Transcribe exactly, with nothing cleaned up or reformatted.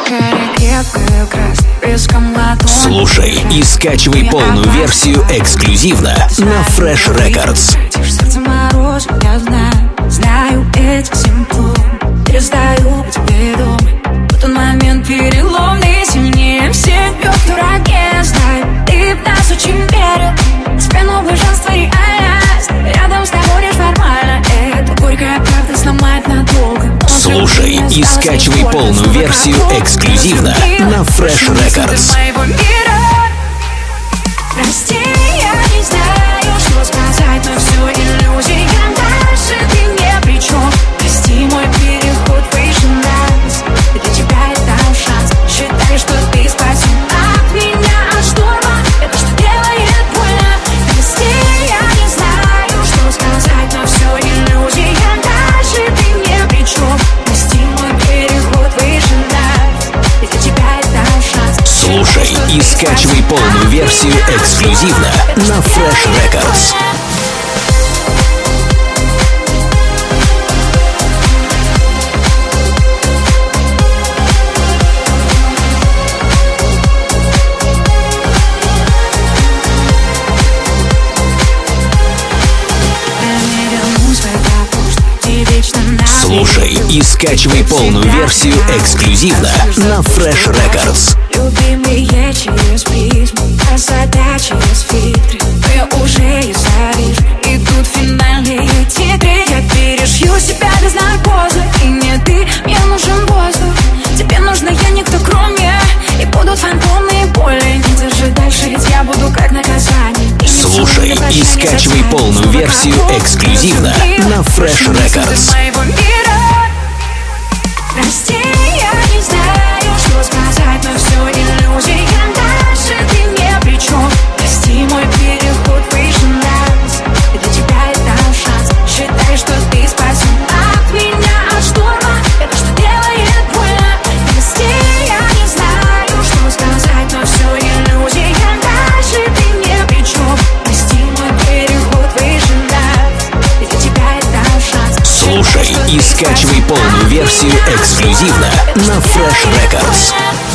Слушай и скачивай полную версию эксклюзивно на Fresh Records. Я знаю, знаю эти симптомы. Перестаю быть ведомой. В тот момент переломный, сильнее всех бьет в дураке. Знаю, ты в нас очень верил. Спину блаженства реальность. Рядом с тобой лишь нормально. Это горькая правда сломает надолго. Слушай и скачивай полную версию эксклюзивно на Fresh Records. Прости, я не знаю, что сказать, но все иллюзия. Дальше ты не при чем. Прости, мой переход выше нас. Для тебя я дам шанс. Считай, что ты спасен от меня, от шторма. Это что делает больно. Прости, я не знаю, что сказать, но все иллюзия. Дальше ты не при чем. Прости, мой переход выше нас. Для тебя я дам шанс. Слушай и скачивай полную версию эксклюзивно на Fresh Records. Слушай и скачивай полную версию эксклюзивно на Fresh Records. Любимые через призму, красота через фильтры. Но я уже и завижу. И тут финальные титры. Я перешью себя без наркоза. И не ты, мне нужен воздух. Тебе нужна я, никто кроме. И будут фантомные боли. Не держи дальше, ведь я буду как наказание. Слушай и скачивай полную версию эксклюзивно на Fresh Records. Прости, я не знаю, что сказать, но все иллюзия. Дальше ты не при чем. Прости, мой переход выше нас. Для тебя я дам шанс. Считай, что ты спасен от меня, от шторма. Это что делает больно. Прости, я не знаю, что сказать, но все иллюзия. Дальше ты не при чем. Прости, мой переход выше нас. Для тебя я дам шанс. Слушай и скачивай полную версию эксклюзивно на Fresh Records.